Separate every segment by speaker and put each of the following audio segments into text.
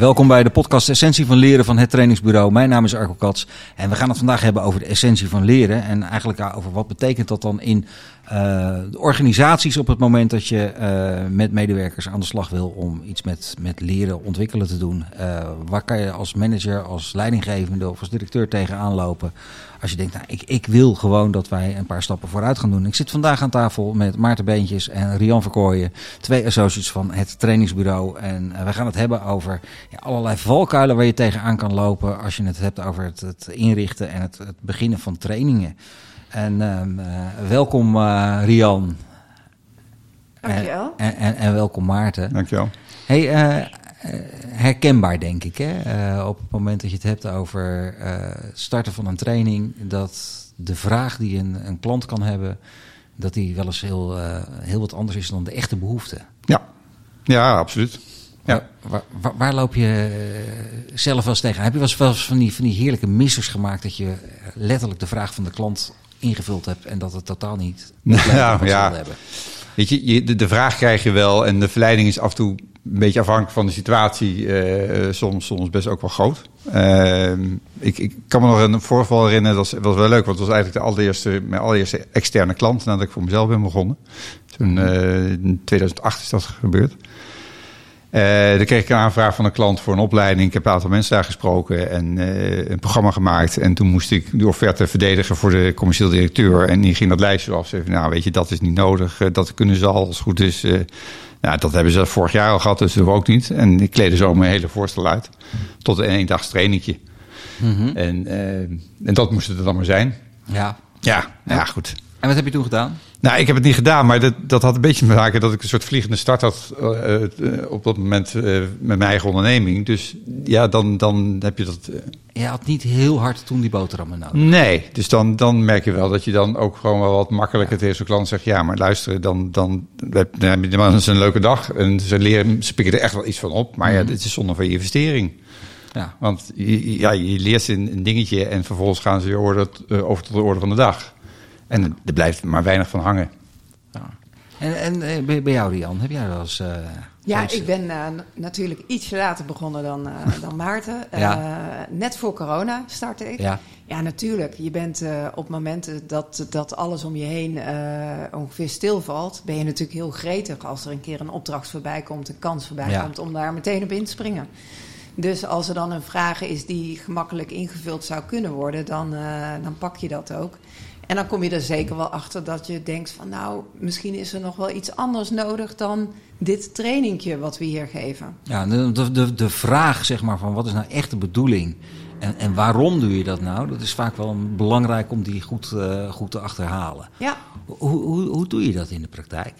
Speaker 1: Welkom bij de podcast Essentie van Leren van het Trainingsbureau. Mijn naam is Arco Kats en we gaan het vandaag hebben over de essentie van leren. En eigenlijk over wat betekent dat dan in de organisaties op het moment dat je met medewerkers aan de slag wil om iets met leren ontwikkelen te doen. Waar kan je als manager, als leidinggevende of als directeur tegenaan lopen als je denkt, nou, ik wil gewoon dat wij een paar stappen vooruit gaan doen. Ik zit vandaag aan tafel met Maarten Beentjes en Rian Verkooyen, 2 associates van het trainingsbureau. En we gaan het hebben over allerlei valkuilen waar je tegenaan kan lopen als je het hebt over het inrichten en het beginnen van trainingen. En welkom Rian.
Speaker 2: Dankjewel.
Speaker 1: En welkom Maarten.
Speaker 3: Dankjewel.
Speaker 1: Hey, herkenbaar denk ik, hè? Op het moment dat je het hebt over starten van een training, dat de vraag die een klant kan hebben, dat die wel eens heel wat anders is dan de echte behoefte.
Speaker 3: Ja, absoluut. Ja.
Speaker 1: Waar loop je zelf wel eens tegen? Heb je wel eens van die heerlijke missers gemaakt dat je letterlijk de vraag van de klant ingevuld hebt en dat het totaal niet hebben?
Speaker 3: Weet je, de vraag krijg je wel en de verleiding is af en toe een beetje afhankelijk van de situatie, soms best ook wel groot. Ik kan me nog een voorval herinneren, dat was wel leuk, want het was eigenlijk mijn allereerste externe klant nadat ik voor mezelf ben begonnen. Toen in 2008 is dat gebeurd. Dan kreeg ik een aanvraag van een klant voor een opleiding. Ik heb een aantal mensen daar gesproken en een programma gemaakt. En toen moest ik de offerte verdedigen voor de commercieel directeur. En die ging dat lijstje af. Zei, nou weet je, dat is niet nodig. Dat kunnen ze al, als het goed is. Dat hebben ze vorig jaar al gehad, dus dat we ook niet. En ik kleedde zo mijn hele voorstel uit. Tot een eendags trainingje. Mm-hmm. En dat moest het dan maar zijn. Ja, goed.
Speaker 1: En wat heb je toen gedaan?
Speaker 3: Nou, ik heb het niet gedaan, maar dat had een beetje te maken dat ik een soort vliegende start had op dat moment met mijn eigen onderneming. Dus ja, dan heb je dat...
Speaker 1: Je had niet heel hard toen die boterhammen nodig.
Speaker 3: Nee, dus dan merk je wel dat je dan ook gewoon wel wat makkelijker tegen zo'n klant zegt, ja, maar luister, dan heb je een leuke dag en ze pikken er echt wel iets van op, maar ja, dit is zonde van je investering. Ja. Want je leert een dingetje en vervolgens gaan ze weer over tot de orde van de dag. En er blijft maar weinig van hangen.
Speaker 1: Ja. En bij jou, Rian, heb jij wel eens...
Speaker 2: ik ben natuurlijk ietsje later begonnen dan Maarten.
Speaker 1: Ja.
Speaker 2: Net voor corona startte ik. Ja, natuurlijk. Je bent op momenten dat alles om je heen ongeveer stilvalt, ben je natuurlijk heel gretig als er een keer een opdracht voorbij komt, een kans voorbij komt om daar meteen op in te springen. Dus als er dan een vraag is die gemakkelijk ingevuld zou kunnen worden, dan pak je dat ook. En dan kom je er zeker wel achter dat je denkt van, nou, misschien is er nog wel iets anders nodig dan dit trainingje wat we hier geven. Ja,
Speaker 1: de vraag, zeg maar, van wat is nou echt de bedoeling en waarom doe je dat nou? Dat is vaak wel belangrijk om die goed te achterhalen. Ja. Hoe doe je dat in de praktijk?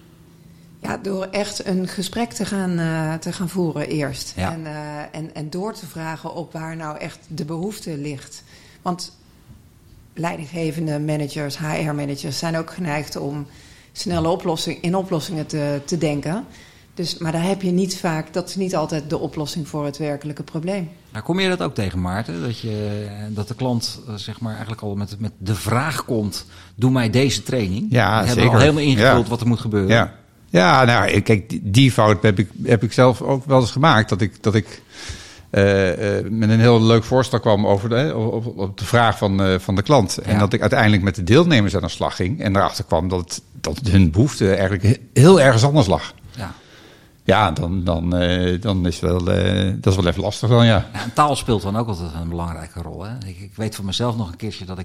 Speaker 2: Ja, door echt een gesprek te gaan voeren eerst. Ja. En door te vragen op waar nou echt de behoefte ligt. Want leidinggevende managers, HR-managers zijn ook geneigd om snelle oplossingen te denken. Dus, maar daar heb je niet vaak, dat is niet altijd de oplossing voor het werkelijke probleem.
Speaker 1: Nou, kom je dat ook tegen, Maarten? Dat de klant zeg maar eigenlijk al met de vraag komt, doe mij deze training.
Speaker 3: Ja,
Speaker 1: zeker.
Speaker 3: Hebben
Speaker 1: al helemaal ingevuld wat er moet gebeuren.
Speaker 3: Ja, nou, kijk, die fout heb ik zelf ook wel eens gemaakt. Dat ik met een heel leuk voorstel kwam op de vraag van de klant. En dat ik uiteindelijk met de deelnemers aan de slag ging. En erachter kwam dat hun behoefte eigenlijk heel ergens anders lag. Ja, dan is dat is wel even lastig dan, ja.
Speaker 1: En taal speelt dan ook altijd een belangrijke rol. Hè? Ik weet van mezelf nog een keertje dat ik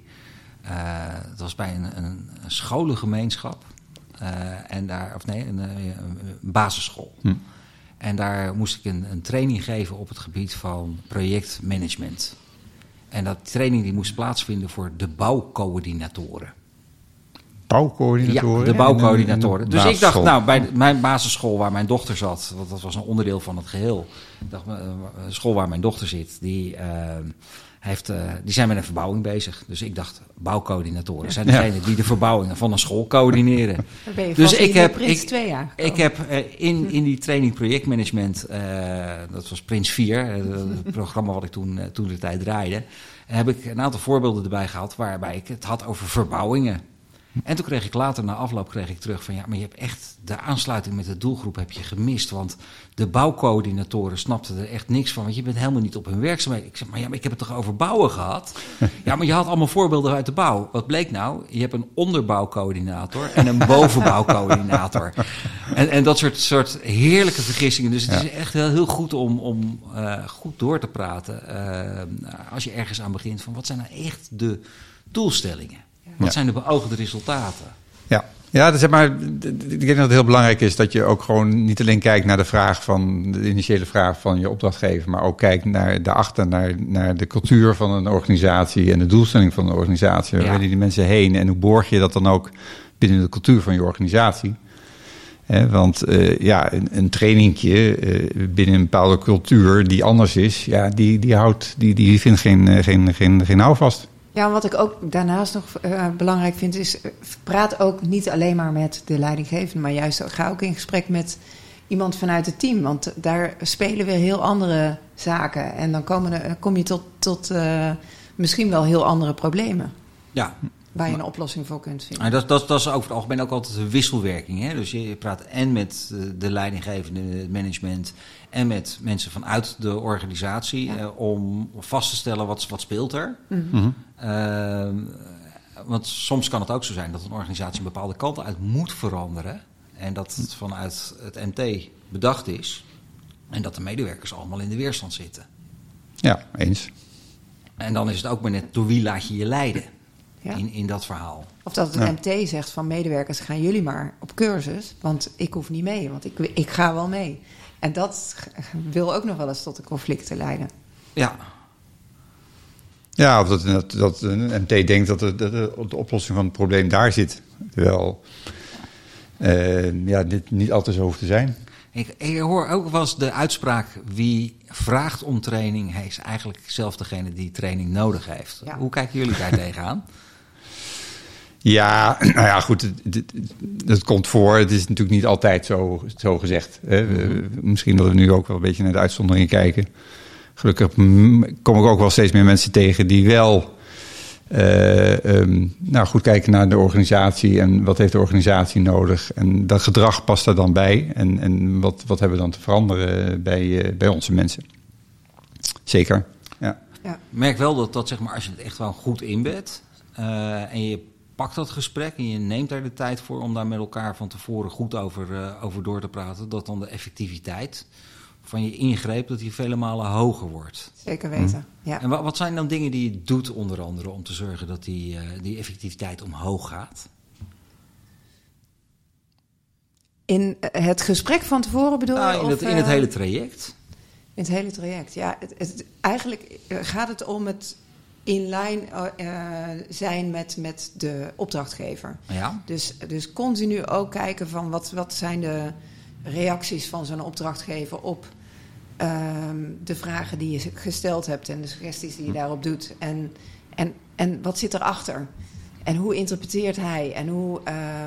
Speaker 1: het was bij een scholengemeenschap. Een basisschool. En daar moest ik een training geven op het gebied van projectmanagement. En dat training die moest plaatsvinden voor de bouwcoördinatoren.
Speaker 3: Bouwcoördinatoren?
Speaker 1: Ja, de bouwcoördinatoren. Dus ik dacht, nou, bij mijn basisschool waar mijn dochter zat, want dat was een onderdeel van het geheel. Ik dacht, de school waar mijn dochter zit, die zijn met een verbouwing bezig. Dus ik dacht, bouwcoördinatoren zijn degenen die de verbouwingen van een school coördineren.
Speaker 2: Dus ik heb
Speaker 1: in die training projectmanagement, dat was Prins 4, het programma wat ik toen de tijd draaide, heb ik een aantal voorbeelden erbij gehad waarbij ik het had over verbouwingen. En toen kreeg ik later, na afloop, terug van... ja, maar je hebt echt de aansluiting met de doelgroep heb je gemist. Want de bouwcoördinatoren snapten er echt niks van. Want je bent helemaal niet op hun werkzaamheden. Ik zeg, maar ik heb het toch over bouwen gehad? Ja, maar je had allemaal voorbeelden uit de bouw. Wat bleek nou? Je hebt een onderbouwcoördinator en een bovenbouwcoördinator. En dat soort heerlijke vergissingen. Dus het is echt heel goed om goed door te praten. Als je ergens aan begint van wat zijn nou echt de doelstellingen? Wat zijn de beoogde resultaten?
Speaker 3: Ja, zeg maar, ik denk dat het heel belangrijk is dat je ook gewoon niet alleen kijkt naar de initiële vraag van je opdrachtgever, maar ook kijkt naar daarachter, naar de cultuur van een organisatie en de doelstelling van een organisatie. Waar willen die mensen heen en hoe borg je dat dan ook binnen de cultuur van je organisatie? Want een trainingje binnen een bepaalde cultuur die anders is, die vindt geen houvast.
Speaker 2: Ja, wat ik ook daarnaast nog belangrijk vind is... praat ook niet alleen maar met de leidinggevende... maar juist ga ook in gesprek met iemand vanuit het team. Want daar spelen weer heel andere zaken. En dan kom je tot misschien wel heel andere problemen.
Speaker 1: Ja.
Speaker 2: Waar je een oplossing voor kunt vinden.
Speaker 1: Dat is over het algemeen ook altijd een wisselwerking. Hè? Dus je praat en met de leidinggevende, het management... en met mensen vanuit de organisatie... om vast te stellen wat speelt er. Mm-hmm. Want soms kan het ook zo zijn dat een organisatie... een bepaalde kant uit moet veranderen... en dat het vanuit het MT bedacht is... en dat de medewerkers allemaal in de weerstand zitten.
Speaker 3: Ja, eens.
Speaker 1: En dan is het ook maar net door wie laat je je leiden... Ja. In dat verhaal.
Speaker 2: Of dat het MT zegt van medewerkers, gaan jullie maar op cursus, want ik hoef niet mee, want ik ga wel mee. En dat wil ook nog wel eens tot de conflicten leiden.
Speaker 3: Ja. Ja, of dat een MT denkt dat de oplossing van het probleem daar zit. Terwijl dit niet altijd zo hoeft te zijn.
Speaker 1: Ik hoor ook wel eens de uitspraak... wie vraagt om training... hij is eigenlijk zelf degene die training nodig heeft. Ja. Hoe kijken jullie daar tegenaan?
Speaker 3: Ja, nou ja, goed. Het komt voor. Het is natuurlijk niet altijd zo gezegd. Hè. Misschien dat we nu ook wel een beetje naar de uitzonderingen kijken. Gelukkig kom ik ook wel steeds meer mensen tegen... die wel goed kijken naar de organisatie... en wat heeft de organisatie nodig. En dat gedrag past daar dan bij. En wat hebben we dan te veranderen bij onze mensen. Zeker, ja.
Speaker 1: Ik merk wel dat zeg maar, als je het echt wel goed inbedt... en je pakt dat gesprek en je neemt daar de tijd voor... om daar met elkaar van tevoren goed over door te praten... dat dan de effectiviteit van je ingreep... dat die vele malen hoger wordt.
Speaker 2: Zeker weten, ja.
Speaker 1: En wat zijn dan dingen die je doet onder andere... om te zorgen dat die effectiviteit omhoog gaat?
Speaker 2: In het gesprek van tevoren bedoel je?
Speaker 1: In het hele traject.
Speaker 2: In het hele traject, ja. Eigenlijk gaat het om het in lijn zijn met de opdrachtgever.
Speaker 1: Ja.
Speaker 2: Dus continu ook kijken van wat zijn de reacties van zo'n opdrachtgever op de vragen die je gesteld hebt en de suggesties die je daarop doet. En wat zit erachter? En hoe interpreteert hij? En hoe...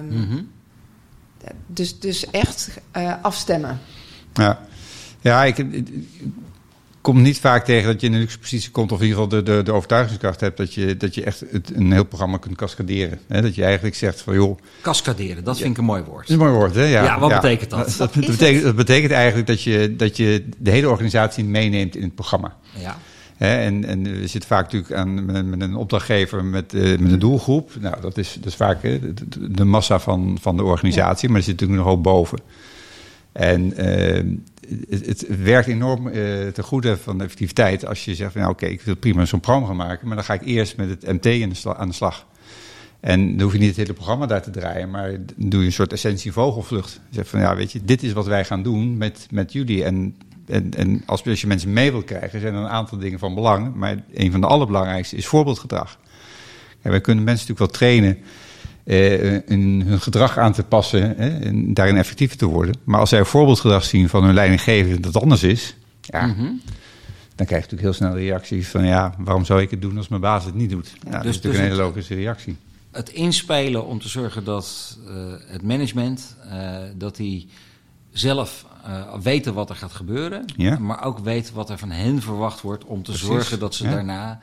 Speaker 2: Dus echt afstemmen.
Speaker 3: Ja, ik kom niet vaak tegen dat je in een luxe positie komt... of in ieder geval de overtuigingskracht hebt... dat je echt een heel programma kunt cascaderen. Hè? Dat je eigenlijk zegt van joh...
Speaker 1: Cascaderen, dat vind ik een mooi woord.
Speaker 3: Dat is een mooi woord, hè? Ja,
Speaker 1: wat betekent dat?
Speaker 3: Dat betekent eigenlijk dat je de hele organisatie meeneemt in het programma.
Speaker 1: Ja.
Speaker 3: En we zitten vaak natuurlijk met een opdrachtgever met een doelgroep. Nou, dat is vaak de massa van de organisatie, maar er zit natuurlijk nog ook boven. En het werkt enorm ten goede van de effectiviteit als je zegt van oké, ik wil prima zo'n programma gaan maken, maar dan ga ik eerst met het MT aan de slag. En dan hoef je niet het hele programma daar te draaien, maar dan doe je een soort essentie vogelvlucht. Je zegt van weet je, dit is wat wij gaan doen met jullie. En als je mensen mee wil krijgen, zijn er een aantal dingen van belang. Maar een van de allerbelangrijkste is voorbeeldgedrag. En wij kunnen mensen natuurlijk wel trainen hun gedrag aan te passen en daarin effectiever te worden. Maar als zij een voorbeeldgedrag zien van hun leidinggevende dat anders is, dan krijg je natuurlijk heel snel de reactie van waarom zou ik het doen als mijn baas het niet doet? Ja, dat is natuurlijk een hele logische reactie.
Speaker 1: Het inspelen om te zorgen dat het management, dat die zelf weten wat er gaat gebeuren, maar ook weten wat er van hen verwacht wordt om te zorgen dat ze daarna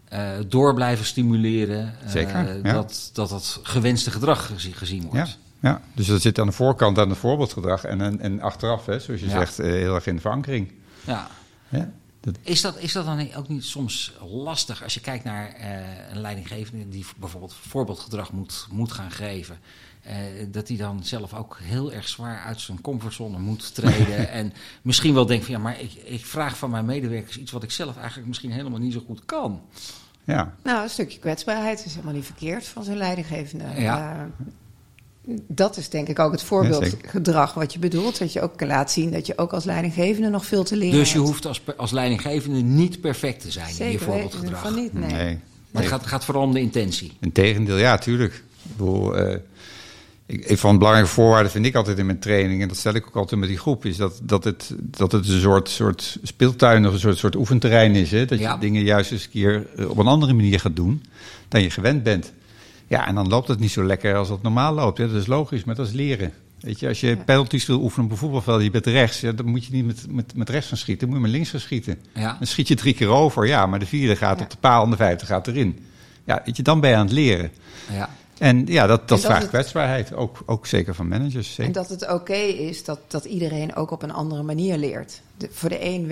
Speaker 1: door blijven stimuleren.
Speaker 3: Zeker, ja.
Speaker 1: Dat gewenste gedrag gezien wordt.
Speaker 3: Ja, dus dat zit aan de voorkant aan het voorbeeldgedrag en achteraf, hè, zoals je zegt, heel erg in de verankering.
Speaker 1: Ja.
Speaker 3: Ja.
Speaker 1: Is dat dan ook niet soms lastig als je kijkt naar een leidinggevende die bijvoorbeeld voorbeeldgedrag moet gaan geven? Dat hij dan zelf ook heel erg zwaar uit zijn comfortzone moet treden. En misschien wel denkt van maar ik vraag van mijn medewerkers iets wat ik zelf eigenlijk misschien helemaal niet zo goed kan.
Speaker 3: Ja.
Speaker 2: Nou, een stukje kwetsbaarheid is helemaal niet verkeerd van zijn leidinggevende.
Speaker 1: Ja.
Speaker 2: Dat is denk ik ook het voorbeeldgedrag wat je bedoelt. Dat je ook laat zien dat je ook als leidinggevende nog veel te leren
Speaker 1: Dus je
Speaker 2: hebt.
Speaker 1: hoeft als leidinggevende niet perfect te zijn in je voorbeeldgedrag.
Speaker 2: Zeker, niet, nee.
Speaker 1: Maar het gaat vooral om de intentie.
Speaker 3: Integendeel, ja, tuurlijk. Ik bedoel, een van de belangrijke voorwaarden vind ik altijd in mijn training, en dat stel ik ook altijd met die groep, is dat het een soort speeltuin of een soort oefenterrein is. Hè? Dat je dingen juist eens een keer op een andere manier gaat doen dan je gewend bent. Ja, en dan loopt het niet zo lekker als het normaal loopt. Ja, dat is logisch, maar dat is leren. Weet je, als je penalties wil oefenen op een voetbalveld, je bent rechts, dan moet je niet met rechts gaan schieten, dan moet je met links gaan schieten. Ja. Dan schiet je 3 keer over, maar de 4e gaat op de paal en de 5e gaat erin. Ja, weet je, dan ben je aan het leren. Ja. En ja, dat vraagt kwetsbaarheid, ook zeker van managers. Zeker.
Speaker 2: En dat het oké is dat iedereen ook op een andere manier leert. Voor de een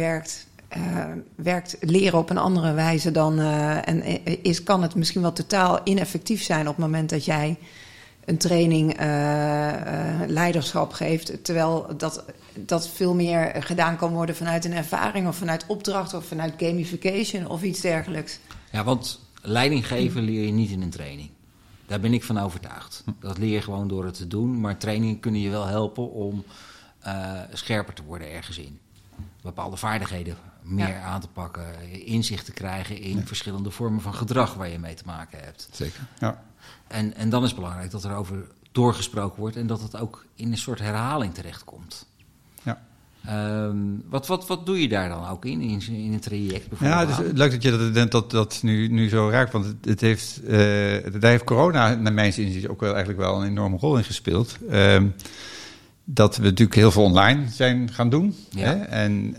Speaker 2: werkt leren op een andere wijze dan... kan het misschien wel totaal ineffectief zijn op het moment dat jij een training leiderschap geeft. Terwijl dat veel meer gedaan kan worden vanuit een ervaring of vanuit opdracht of vanuit gamification of iets dergelijks.
Speaker 1: Ja, want leiding geven leer je niet in een training. Daar ben ik van overtuigd. Dat leer je gewoon door het te doen. Maar trainingen kunnen je wel helpen om scherper te worden ergens in. Bepaalde vaardigheden meer aan te pakken. Inzicht te krijgen in verschillende vormen van gedrag waar je mee te maken hebt.
Speaker 3: Zeker, ja.
Speaker 1: En dan is het belangrijk dat er over doorgesproken wordt en dat het ook in een soort herhaling terechtkomt.
Speaker 3: Ja.
Speaker 1: Wat doe je daar dan ook in een traject bijvoorbeeld?
Speaker 3: Ja, het is leuk dat je dat nu zo raakt, want daar heeft corona naar mijn zin ook eigenlijk wel een enorme rol in gespeeld. Dat we natuurlijk heel veel online zijn gaan doen. Ja. Hè? En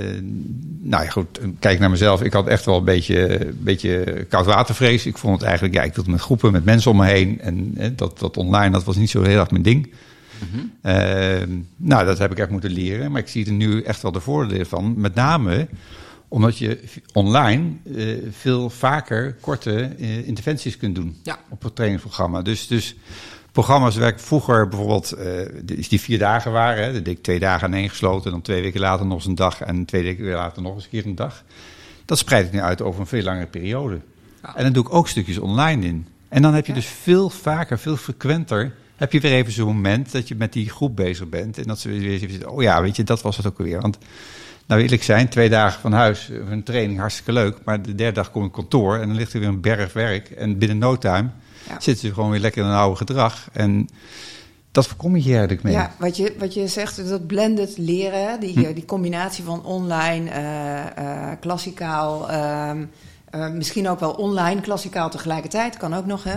Speaker 3: goed, kijk naar mezelf. Ik had echt wel een beetje koudwatervrees. Ik vond het eigenlijk, ik wilde met groepen, met mensen om me heen. En dat online, dat was niet zo heel erg mijn ding. Mm-hmm. Dat heb ik echt moeten leren. Maar ik zie er nu echt wel de voordelen van. Met name omdat je online veel vaker korte interventies kunt doen op het trainingsprogramma. Dus programma's waar ik vroeger bijvoorbeeld, die 4 dagen waren, hè, dat deed ik 2 dagen aan één gesloten, dan 2 weken later nog eens een dag en 2 weken later nog eens een keer een dag. Dat spreid ik nu uit over een veel langere periode. Ja. En dan doe ik ook stukjes online in. En dan heb je dus veel vaker, veel frequenter, heb je weer even zo'n moment dat je met die groep bezig bent. En dat ze weer zitten, oh ja, weet je, dat was het ook alweer. Want nou wil ik zijn, 2 dagen van huis, een training, hartstikke leuk. Maar de 3e dag kom ik op kantoor en dan ligt er weer een berg werk. En binnen no time zitten ze gewoon weer lekker in een oude gedrag. En dat voorkom je eigenlijk mee.
Speaker 2: Ja, wat je zegt, dat blended leren, die combinatie van online, klassikaal, misschien ook wel online, klassikaal tegelijkertijd, kan ook nog, hè.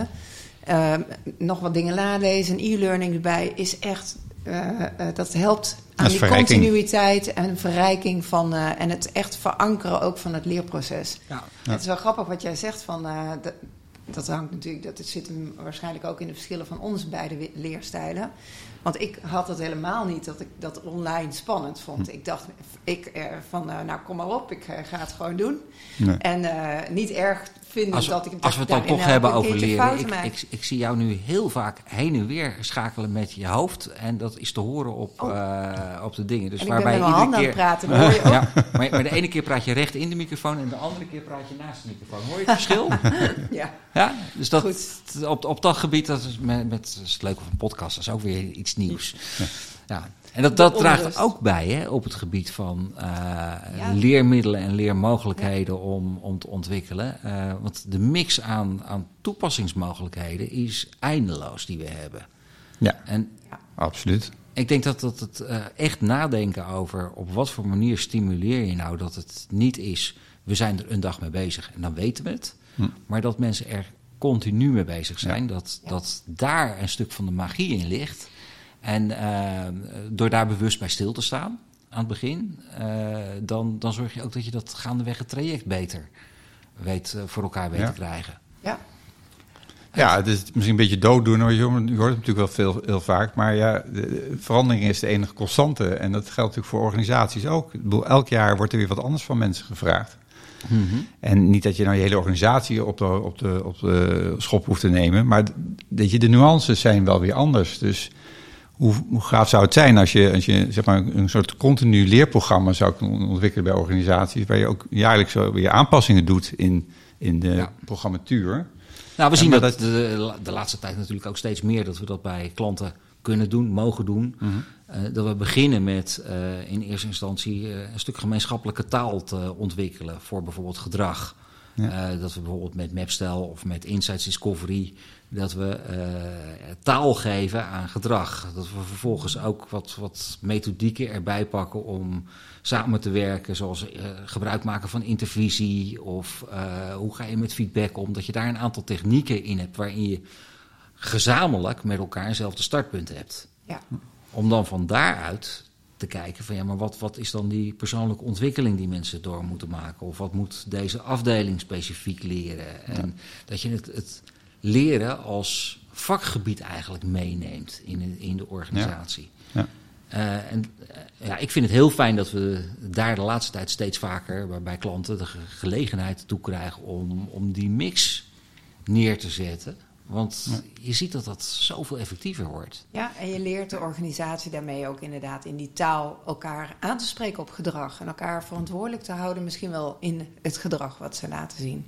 Speaker 2: Nog wat dingen nalezen, e-learning erbij, is echt, dat helpt aan die continuïteit en verrijking van, en het echt verankeren ook van het leerproces. Ja. Het is wel grappig wat jij zegt van... Dat hangt natuurlijk, dat zit hem waarschijnlijk ook in de verschillen van onze beide leerstijlen. Want ik had het helemaal niet dat ik dat online spannend vond. Ik dacht nou kom maar op, ik ga het gewoon doen. Nee. En niet erg vinden
Speaker 1: als we het dan toch hebben over leren. Ik zie jou nu heel vaak heen en weer schakelen met je hoofd. En dat is te horen op de dingen. Dus
Speaker 2: en waarbij ik ben met mijn handen aan het praten. Hoor je
Speaker 1: maar de ene keer praat je recht in de microfoon en de andere keer praat je naast de microfoon. Hoor je het verschil? Ja? Dus op dat gebied, dat is het leuke van een podcast, dat is ook weer iets nieuws. Ja. En dat draagt ook bij, hè, op het gebied van leermiddelen en leermogelijkheden om te ontwikkelen. Want de mix aan toepassingsmogelijkheden is eindeloos die we hebben.
Speaker 3: Ja, absoluut.
Speaker 1: Ik denk dat het echt nadenken over op wat voor manier stimuleer je nou dat het niet is, we zijn er een dag mee bezig en dan weten we het. Maar dat mensen er continu mee bezig zijn, dat daar een stuk van de magie in ligt. En door daar bewust bij stil te staan aan het begin, dan zorg je ook dat je dat gaandeweg het traject beter voor elkaar weet te krijgen.
Speaker 2: Ja.
Speaker 3: Ja, het is misschien een beetje dooddoener. Je hoort het natuurlijk wel heel vaak. Maar ja, de verandering is de enige constante. En dat geldt natuurlijk voor organisaties ook. Ik bedoel, elk jaar wordt er weer wat anders van mensen gevraagd. Mm-hmm. En niet dat je nou je hele organisatie op de schop hoeft te nemen. Maar dat je de nuances zijn wel weer anders. Dus hoe gaaf zou het zijn als je zeg maar een soort continu leerprogramma zou kunnen ontwikkelen bij organisaties. Waar je ook jaarlijks weer aanpassingen doet in de programmatuur.
Speaker 1: Nou, we zien dat de laatste tijd natuurlijk ook steeds meer dat we dat bij klanten kunnen doen, mogen doen. Mm-hmm. Dat we beginnen met in eerste instantie een stuk gemeenschappelijke taal te ontwikkelen voor bijvoorbeeld gedrag. Ja. Dat we bijvoorbeeld met Mapstyle of met Insights Discovery dat we taal geven aan gedrag. Dat we vervolgens ook wat methodieken erbij pakken om samen te werken, zoals gebruik maken van intervisie of hoe ga je met feedback om. Dat je daar een aantal technieken in hebt waarin je gezamenlijk met elkaar eenzelfde startpunt hebt. Ja. Om dan van daaruit te kijken van ja, maar wat is dan die persoonlijke ontwikkeling die mensen door moeten maken? Of wat moet deze afdeling specifiek leren? En dat je het leren als vakgebied eigenlijk meeneemt in de organisatie. Ja. Ik vind het heel fijn dat we daar de laatste tijd steeds vaker bij klanten de gelegenheid toe krijgen om die mix neer te zetten. Want je ziet dat zoveel effectiever wordt.
Speaker 2: Ja, en je leert de organisatie daarmee ook inderdaad in die taal elkaar aan te spreken op gedrag. En elkaar verantwoordelijk te houden misschien wel in het gedrag wat ze laten zien.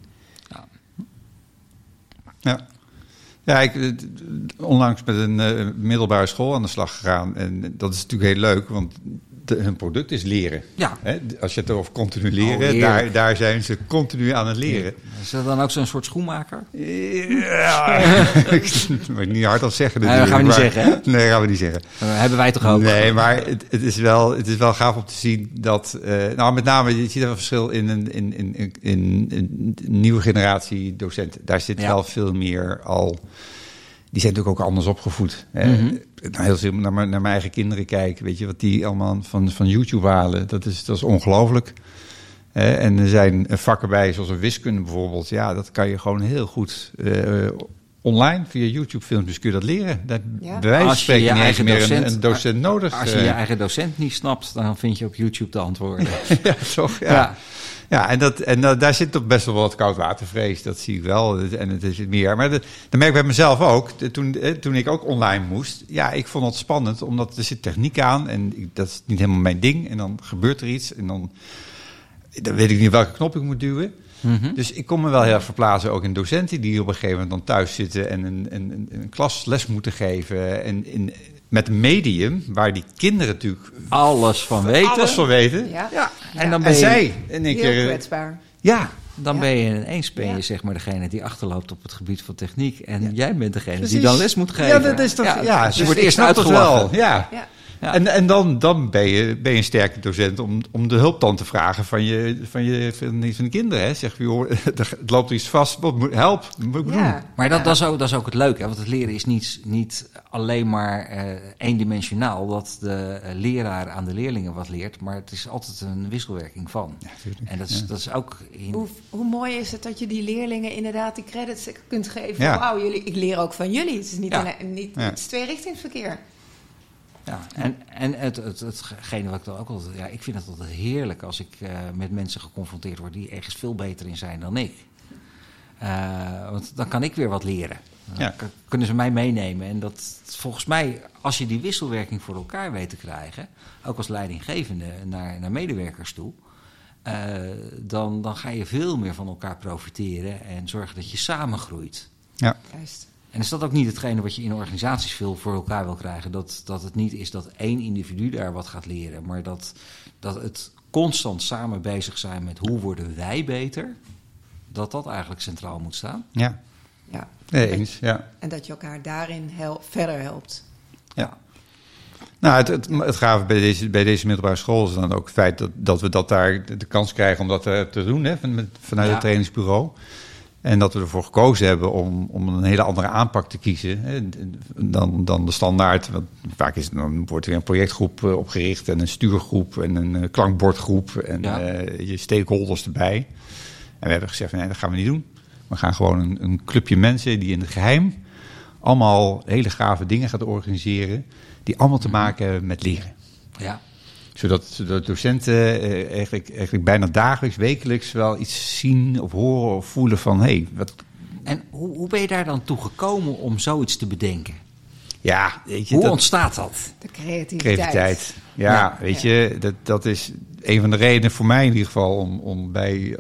Speaker 3: Ja, ik onlangs met een middelbare school aan de slag gegaan. En dat is natuurlijk heel leuk, want hun product is leren. Ja. Als je het over continu leren, daar zijn ze continu aan het leren.
Speaker 1: Ja. Is dat dan ook zo'n soort schoenmaker?
Speaker 3: Ja, ik moet niet hard op zeggen.
Speaker 1: Nee, dat gaan we niet zeggen. Hè?
Speaker 3: Nee, dat gaan we niet zeggen.
Speaker 1: Hebben wij toch ook?
Speaker 3: Nee, maar het is wel gaaf om te zien dat... met name, je ziet er een verschil in een nieuwe generatie docenten. Daar zit wel veel meer al... Die zijn natuurlijk ook anders opgevoed. Mm-hmm. Heel simpel naar mijn eigen kinderen kijken. Weet je wat die allemaal van YouTube halen? Dat is ongelooflijk. En er zijn vakken bij, zoals een wiskunde bijvoorbeeld. Ja, dat kan je gewoon heel goed online via YouTube-filmpjes kun je dat leren. Bij wijze van spreken niet eens meer een docent nodig.
Speaker 1: Als je je eigen docent niet snapt, dan vind je op YouTube de antwoorden.
Speaker 3: Ja, toch? Ja. Ja, en daar zit toch best wel wat koudwatervrees. Dat zie ik wel. En het is meer. Maar dat merk ik bij mezelf ook. Toen ik ook online moest. Ja, ik vond het spannend. Omdat er zit techniek aan. En dat is niet helemaal mijn ding. En dan gebeurt er iets. En dan weet ik niet welke knop ik moet duwen. Mm-hmm. Dus ik kon me wel heel erg verplaatsen. Ook in docenten die op een gegeven moment dan thuis zitten. En een klas les moeten geven. En met een medium waar die kinderen natuurlijk
Speaker 1: alles van weten.
Speaker 2: Ja.
Speaker 1: En dan ben je
Speaker 3: zij in één keer
Speaker 2: kwetsbaar.
Speaker 1: Ja, dan ben je ineens zeg maar degene die achterloopt op het gebied van techniek en jij bent degene die dan les moet geven.
Speaker 3: Ja, dat is toch. Ja,
Speaker 1: dus je wordt eerst uitgelachen.
Speaker 3: Ja. En dan ben je een sterke docent om de hulp dan te vragen van de kinderen. Hè. Zeg je, joh, het loopt iets vast, help, moet ik doen.
Speaker 1: Maar dat is ook het leuke, hè? Want het leren is niet alleen maar eendimensionaal, dat de leraar aan de leerlingen wat leert, maar het is altijd een wisselwerking van. Ja, en dat is ook...
Speaker 2: Hoe mooi is het dat je die leerlingen inderdaad die credits kunt geven. Ja. Wauw, ik leer ook van jullie. Het is niet het is tweerichtingsverkeer.
Speaker 1: Ja, en hetgene wat ik dan ook altijd... Ja, ik vind het altijd heerlijk als ik met mensen geconfronteerd word die ergens veel beter in zijn dan ik. Want dan kan ik weer wat leren. Dan kunnen ze mij meenemen. En dat volgens mij, als je die wisselwerking voor elkaar weet te krijgen, ook als leidinggevende naar medewerkers toe, dan ga je veel meer van elkaar profiteren en zorgen dat je samen groeit.
Speaker 3: Ja.
Speaker 2: Juist.
Speaker 1: En is dat ook niet hetgene wat je in organisaties veel voor elkaar wil krijgen? Dat het niet is dat één individu daar wat gaat leren, maar dat het constant samen bezig zijn met hoe worden wij beter, dat eigenlijk centraal moet staan.
Speaker 3: Ja. Nee, eens. Ja.
Speaker 2: En dat je elkaar daarin verder helpt.
Speaker 3: Ja. Nou, het gave bij deze middelbare school is dan ook het feit dat we daar de kans krijgen om dat te doen, hè, vanuit het trainingsbureau. En dat we ervoor gekozen hebben om een hele andere aanpak te kiezen, hè, dan de standaard. Want vaak dan wordt er weer een projectgroep opgericht en een stuurgroep en een klankbordgroep en je stakeholders erbij. En we hebben gezegd, nee, dat gaan we niet doen. We gaan gewoon een clubje mensen die in het geheim allemaal hele gave dingen gaat organiseren, die allemaal te maken hebben met leren.
Speaker 1: Ja.
Speaker 3: Zodat docenten eigenlijk bijna dagelijks, wekelijks wel iets zien of horen of voelen van, wat...
Speaker 1: En hoe ben je daar dan toe gekomen om zoiets te bedenken?
Speaker 3: Ja, weet je,
Speaker 1: hoe ontstaat dat?
Speaker 2: De creativiteit.
Speaker 3: Ja, weet je, dat is een van de redenen voor mij in ieder geval om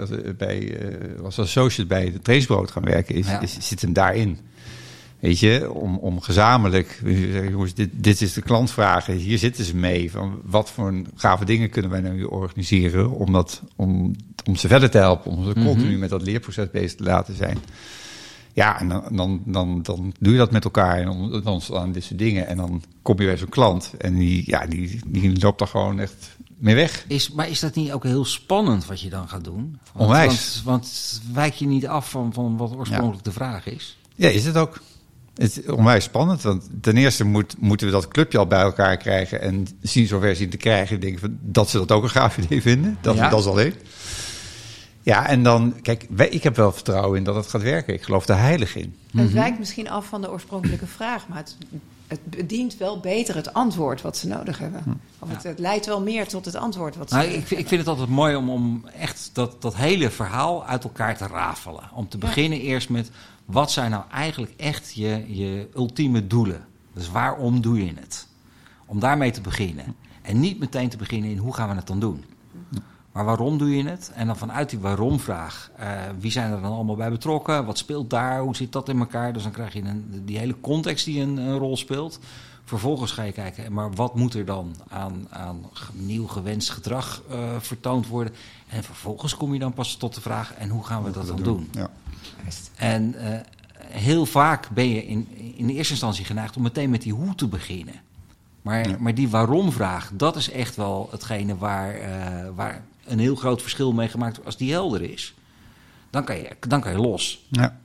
Speaker 3: als associate bij het trainingsbureau te gaan werken, zit hem daarin. Weet je, om gezamenlijk, jongens, dit is de klantvraag, hier zitten ze mee. Van wat voor gave dingen kunnen wij nu organiseren om ze verder te helpen, om ze continu met dat leerproces bezig te laten zijn. Ja, en dan doe je dat met elkaar en dan ontstaan dit soort dingen. En dan kom je bij zo'n klant en die loopt daar gewoon echt mee weg.
Speaker 1: Maar is dat niet ook heel spannend wat je dan gaat doen?
Speaker 3: Onwijs.
Speaker 1: Want wijk je niet af van wat oorspronkelijk de vraag is?
Speaker 3: Ja, is het ook. Het is onwijs spannend, want ten eerste moeten we dat clubje al bij elkaar krijgen en zover zien te krijgen. Ik denk dat ze dat ook een gaaf idee vinden. Dat is alleen. Ja, en dan, kijk, ik heb wel vertrouwen in dat het gaat werken. Ik geloof er heilig in.
Speaker 2: Het wijkt misschien af van de oorspronkelijke vraag, maar het bedient wel beter het antwoord wat ze nodig hebben. Of het leidt wel meer tot het antwoord wat ze nodig hebben.
Speaker 1: Ik vind het altijd mooi om echt dat hele verhaal uit elkaar te rafelen. Om te beginnen eerst met, wat zijn nou eigenlijk echt je ultieme doelen? Dus waarom doe je het? Om daarmee te beginnen. En niet meteen te beginnen in, hoe gaan we het dan doen? Maar waarom doe je het? En dan vanuit die waarom-vraag, wie zijn er dan allemaal bij betrokken? Wat speelt daar? Hoe zit dat in elkaar? Dus dan krijg je die hele context die een rol speelt. Vervolgens ga je kijken, maar wat moet er dan aan nieuw gewenst gedrag vertoond worden? En vervolgens kom je dan pas tot de vraag, en hoe gaan we dat dan doen? Ja. En heel vaak ben je in de eerste instantie geneigd om meteen met die hoe te beginnen. Maar die waarom-vraag, dat is echt wel hetgene waar een heel groot verschil mee gemaakt wordt. Als die helder is, dan kan je los.
Speaker 3: Ja.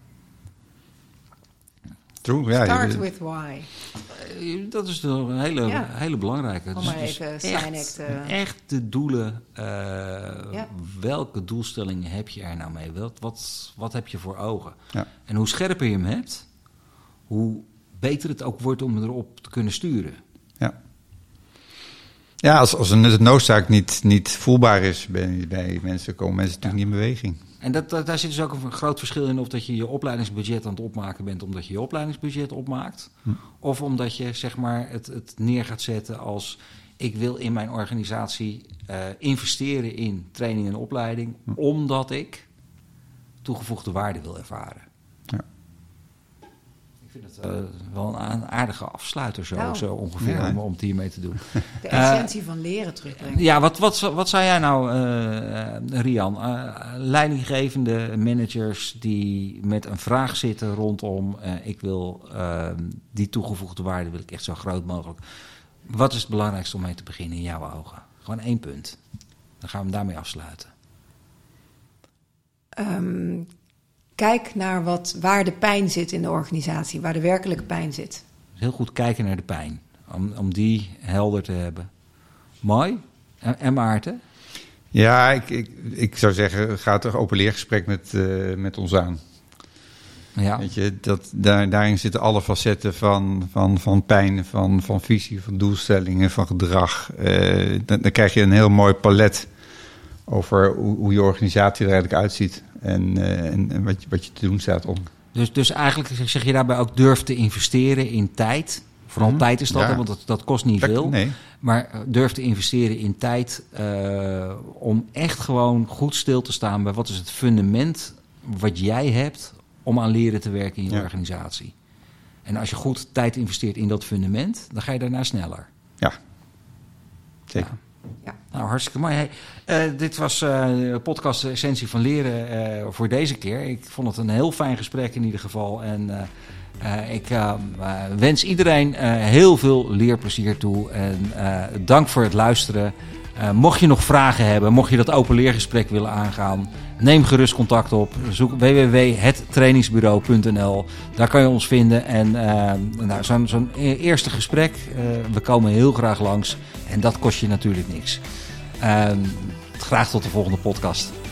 Speaker 3: True, ja.
Speaker 2: Start with why.
Speaker 1: Dat is een hele belangrijke.
Speaker 2: Om maar even
Speaker 1: echt de doelen. Welke doelstellingen heb je er nou mee? Wat heb je voor ogen? Ja. En hoe scherper je hem hebt, hoe beter het ook wordt om erop te kunnen sturen.
Speaker 3: Ja, als een noodzaak niet voelbaar is bij mensen, komen mensen natuurlijk niet in beweging.
Speaker 1: En daar zit dus ook een groot verschil in of dat je opleidingsbudget aan het opmaken bent omdat je opleidingsbudget opmaakt. Of omdat je zeg maar het neer gaat zetten als, ik wil in mijn organisatie investeren in training en opleiding, omdat ik toegevoegde waarde wil ervaren. Ja. Ik vind het wel een aardige afsluiter zo ongeveer om het hiermee te doen.
Speaker 2: De essentie van leren terugbrengen.
Speaker 1: Ja, wat zou jij nou, Rian, leidinggevende managers die met een vraag zitten rondom, ik wil die toegevoegde waarde wil ik echt zo groot mogelijk. Wat is het belangrijkste om mee te beginnen in jouw ogen? Gewoon 1 punt. Dan gaan we hem daarmee afsluiten.
Speaker 2: Kijk naar waar de pijn zit in de organisatie, waar de werkelijke pijn zit.
Speaker 1: Heel goed kijken naar de pijn, om die helder te hebben. Mooi. En Maarten?
Speaker 3: Ja, ik zou zeggen, ga toch open leergesprek met ons aan. Ja. Weet je, daarin zitten alle facetten van pijn, van visie, van doelstellingen, van gedrag. Dan krijg je een heel mooi palet over hoe je organisatie er eigenlijk uitziet. En wat je te doen staat om.
Speaker 1: Dus eigenlijk zeg je daarbij ook durf te investeren in tijd. Vooral tijd is dat, want dat kost niet veel. Nee. Maar durf te investeren in tijd om echt gewoon goed stil te staan bij wat is het fundament wat jij hebt om aan leren te werken in je organisatie. En als je goed tijd investeert in dat fundament, dan ga je daarna sneller.
Speaker 3: Ja, zeker.
Speaker 1: Ja. Nou, hartstikke mooi. Hey, dit was de podcast De Essentie van Leren voor deze keer. Ik vond het een heel fijn gesprek in ieder geval. En ik wens iedereen heel veel leerplezier toe. En dank voor het luisteren. Mocht je nog vragen hebben, mocht je dat open leergesprek willen aangaan, neem gerust contact op. Zoek www.hettrainingsbureau.nl. Daar kan je ons vinden. En zo'n eerste gesprek, we komen heel graag langs. En dat kost je natuurlijk niks. Graag tot de volgende podcast.